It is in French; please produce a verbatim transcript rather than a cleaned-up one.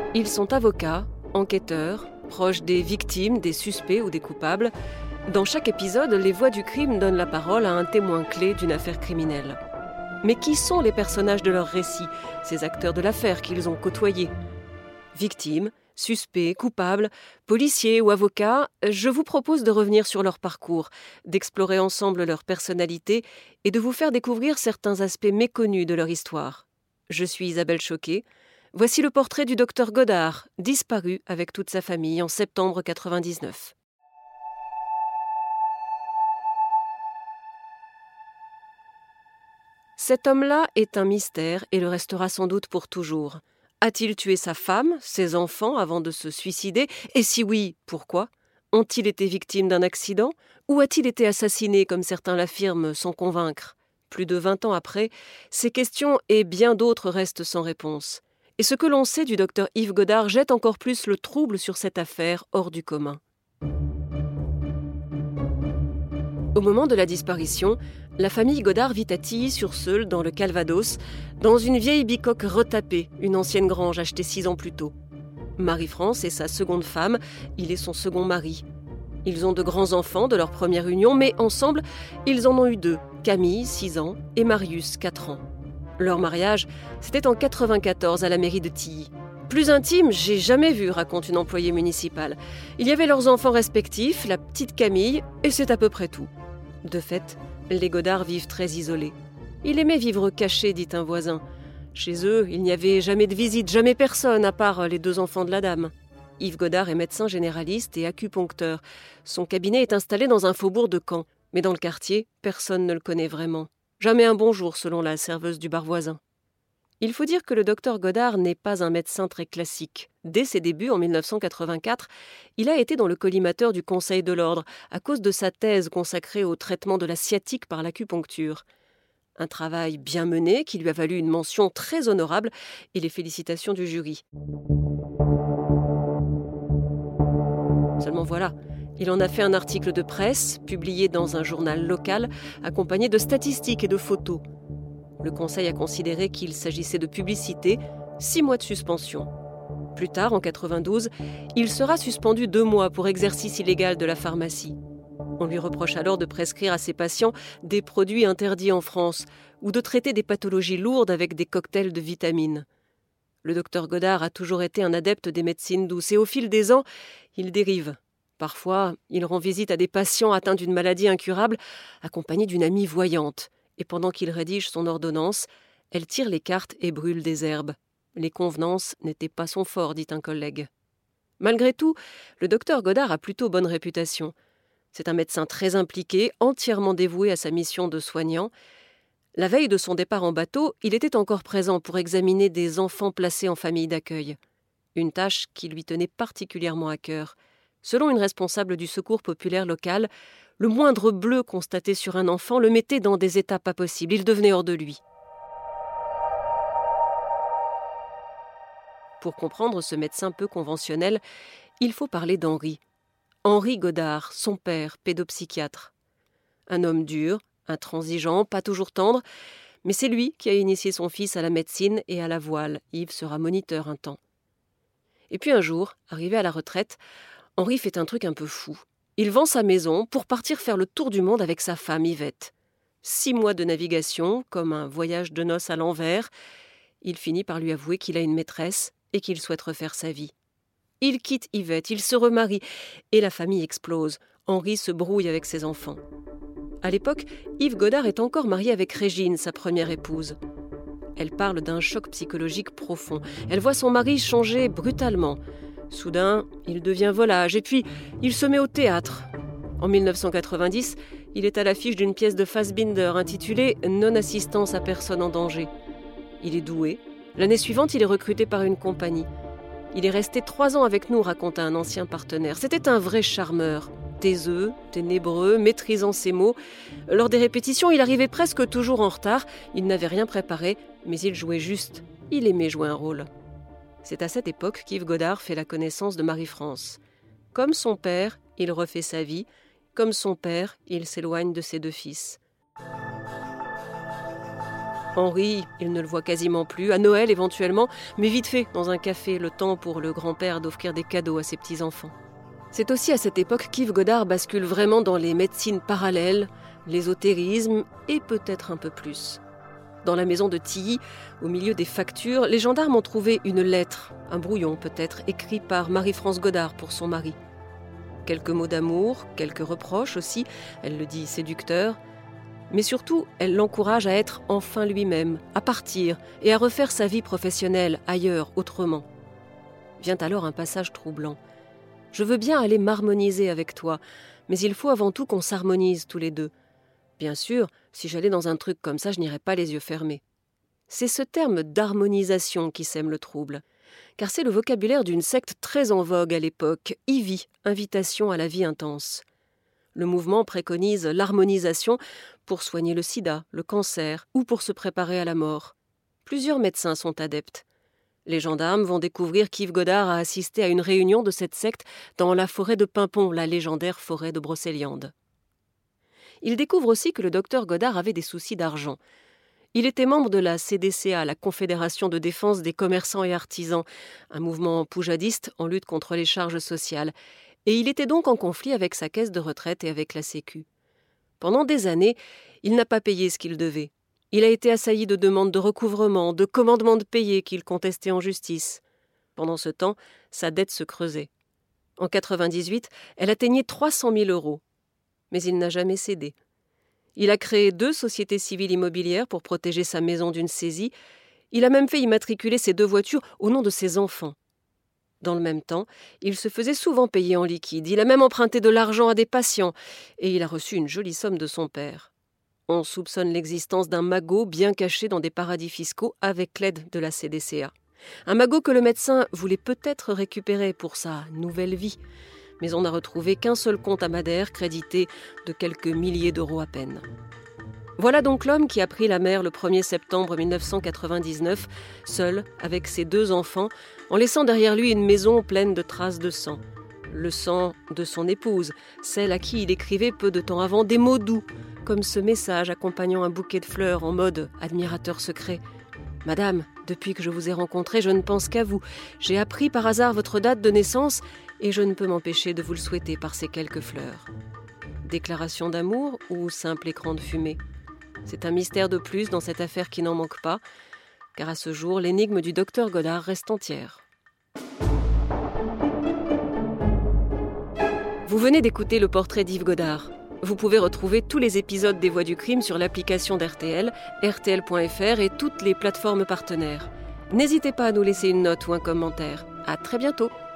Ils sont avocats, enquêteurs, proches des victimes, des suspects ou des coupables. Dans chaque épisode, les voix du crime donnent la parole à un témoin clé d'une affaire criminelle. Mais qui sont les personnages de leur récit, ces acteurs de l'affaire qu'ils ont côtoyés ? Victimes, suspects, coupables, policiers ou avocats, je vous propose de revenir sur leur parcours, d'explorer ensemble leur personnalité et de vous faire découvrir certains aspects méconnus de leur histoire. Je suis Isabelle Choquet. Voici le portrait du docteur Godard, disparu avec toute sa famille en septembre quatre-vingt-dix-neuf. Cet homme-là est un mystère et le restera sans doute pour toujours. A-t-il tué sa femme, ses enfants avant de se suicider ? Et si oui, pourquoi ? Ont-ils été victimes d'un accident ? Ou a-t-il été assassiné comme certains l'affirment sans convaincre ? Plus de vingt ans après, ces questions et bien d'autres restent sans réponse. Et ce que l'on sait du docteur Yves Godard jette encore plus le trouble sur cette affaire hors du commun. Au moment de la disparition, la famille Godard vit à Tilly-sur-Seulles, dans le Calvados, dans une vieille bicoque retapée, une ancienne grange achetée six ans plus tôt. Marie-France est sa seconde femme, il est son second mari. Ils ont de grands enfants de leur première union, mais ensemble, ils en ont eu deux, Camille, six ans, et Marius, quatre ans. Leur mariage, c'était en quatre-vingt-quatorze à la mairie de Tilly. Plus intime, j'ai jamais vu, raconte une employée municipale. Il y avait leurs enfants respectifs, la petite Camille, et c'est à peu près tout. De fait, les Godard vivent très isolés. Il aimait vivre caché, dit un voisin. Chez eux, il n'y avait jamais de visite, jamais personne, à part les deux enfants de la dame. Yves Godard est médecin généraliste et acupuncteur. Son cabinet est installé dans un faubourg de Caen. Mais dans le quartier, personne ne le connaît vraiment. Jamais un bonjour, selon la serveuse du bar voisin. Il faut dire que le docteur Godard n'est pas un médecin très classique. Dès ses débuts, en dix-neuf cent quatre-vingt-quatre, il a été dans le collimateur du Conseil de l'Ordre à cause de sa thèse consacrée au traitement de la sciatique par l'acupuncture. Un travail bien mené qui lui a valu une mention très honorable et les félicitations du jury. Seulement voilà, il en a fait un article de presse, publié dans un journal local, accompagné de statistiques et de photos. Le Conseil a considéré qu'il s'agissait de publicité, six mois de suspension. Plus tard, en quatre-vingt-douze, il sera suspendu deux mois pour exercice illégal de la pharmacie. On lui reproche alors de prescrire à ses patients des produits interdits en France ou de traiter des pathologies lourdes avec des cocktails de vitamines. Le docteur Godard a toujours été un adepte des médecines douces et au fil des ans, il dérive. Parfois, il rend visite à des patients atteints d'une maladie incurable, accompagnés d'une amie voyante. Et pendant qu'il rédige son ordonnance, elle tire les cartes et brûle des herbes. Les convenances n'étaient pas son fort, dit un collègue. Malgré tout, le docteur Godard a plutôt bonne réputation. C'est un médecin très impliqué, entièrement dévoué à sa mission de soignant. La veille de son départ en bateau, il était encore présent pour examiner des enfants placés en famille d'accueil. Une tâche qui lui tenait particulièrement à cœur. Selon une responsable du secours populaire local, le moindre bleu constaté sur un enfant le mettait dans des états pas possibles. Il devenait hors de lui. Pour comprendre ce médecin peu conventionnel, il faut parler d'Henri. Henri Godard, son père, pédopsychiatre. Un homme dur, intransigeant, pas toujours tendre, mais c'est lui qui a initié son fils à la médecine et à la voile. Yves sera moniteur un temps. Et puis un jour, arrivé à la retraite, Henri fait un truc un peu fou. Il vend sa maison pour partir faire le tour du monde avec sa femme Yvette. Six mois de navigation, comme un voyage de noces à l'envers. Il finit par lui avouer qu'il a une maîtresse et qu'il souhaite refaire sa vie. Il quitte Yvette, il se remarie et la famille explose. Henri se brouille avec ses enfants. À l'époque, Yves Godard est encore marié avec Régine, sa première épouse. Elle parle d'un choc psychologique profond. Elle voit son mari changer brutalement. Soudain, il devient volage et puis il se met au théâtre. En dix-neuf cent quatre-vingt-dix, il est à l'affiche d'une pièce de Fassbinder intitulée « Non-assistance à personne en danger ». Il est doué. L'année suivante, il est recruté par une compagnie. Il est resté trois ans avec nous, raconte un ancien partenaire. C'était un vrai charmeur. Taiseux, ténébreux, maîtrisant ses mots. Lors des répétitions, il arrivait presque toujours en retard. Il n'avait rien préparé, mais il jouait juste. Il aimait jouer un rôle. C'est à cette époque qu'Yves Godard fait la connaissance de Marie-France. Comme son père, il refait sa vie. Comme son père, il s'éloigne de ses deux fils. Henri, il ne le voit quasiment plus, à Noël éventuellement, mais vite fait, dans un café, le temps pour le grand-père d'offrir des cadeaux à ses petits-enfants. C'est aussi à cette époque qu'Yves Godard bascule vraiment dans les médecines parallèles, l'ésotérisme et peut-être un peu plus. Dans la maison de Tilly, au milieu des factures, les gendarmes ont trouvé une lettre, un brouillon peut-être, écrit par Marie-France Godard pour son mari. Quelques mots d'amour, quelques reproches aussi, elle le dit séducteur, mais surtout, elle l'encourage à être enfin lui-même, à partir et à refaire sa vie professionnelle ailleurs, autrement. Vient alors un passage troublant. « Je veux bien aller m'harmoniser avec toi, mais il faut avant tout qu'on s'harmonise tous les deux. Bien sûr, si j'allais dans un truc comme ça, je n'irais pas les yeux fermés. » C'est ce terme d'harmonisation qui sème le trouble, car c'est le vocabulaire d'une secte très en vogue à l'époque, I V I, invitation à la vie intense. Le mouvement préconise l'harmonisation pour soigner le sida, le cancer ou pour se préparer à la mort. Plusieurs médecins sont adeptes. Les gendarmes vont découvrir qu'Yves Godard a assisté à une réunion de cette secte dans la forêt de Pimpon, la légendaire forêt de Brocéliande. Ils découvrent aussi que le docteur Godard avait des soucis d'argent. Il était membre de la C D C A, la Confédération de défense des commerçants et artisans, un mouvement poujadiste en lutte contre les charges sociales, et il était donc en conflit avec sa caisse de retraite et avec la Sécu. Pendant des années, il n'a pas payé ce qu'il devait. Il a été assailli de demandes de recouvrement, de commandements de payer qu'il contestait en justice. Pendant ce temps, sa dette se creusait. En quatre-vingt-dix-huit, elle atteignait trois cent mille euros. Mais il n'a jamais cédé. Il a créé deux sociétés civiles immobilières pour protéger sa maison d'une saisie. Il a même fait immatriculer ses deux voitures au nom de ses enfants. Dans le même temps, il se faisait souvent payer en liquide. Il a même emprunté de l'argent à des patients et il a reçu une jolie somme de son père. On soupçonne l'existence d'un magot bien caché dans des paradis fiscaux avec l'aide de la C D C A. Un magot que le médecin voulait peut-être récupérer pour sa nouvelle vie. Mais on n'a retrouvé qu'un seul compte à Madère crédité de quelques milliers d'euros à peine. Voilà donc l'homme qui a pris la mer le premier septembre mille neuf cent quatre-vingt-dix-neuf, seul, avec ses deux enfants, en laissant derrière lui une maison pleine de traces de sang. Le sang de son épouse, celle à qui il écrivait peu de temps avant des mots doux, comme ce message accompagnant un bouquet de fleurs en mode admirateur secret. « Madame, depuis que je vous ai rencontrée, je ne pense qu'à vous. J'ai appris par hasard votre date de naissance et je ne peux m'empêcher de vous le souhaiter par ces quelques fleurs. » Déclaration d'amour ou simple écran de fumée ? C'est un mystère de plus dans cette affaire qui n'en manque pas, car à ce jour, l'énigme du docteur Godard reste entière. Vous venez d'écouter le portrait d'Yves Godard. Vous pouvez retrouver tous les épisodes des Voix du crime sur l'application d'R T L, R T L point F R et toutes les plateformes partenaires. N'hésitez pas à nous laisser une note ou un commentaire. À très bientôt.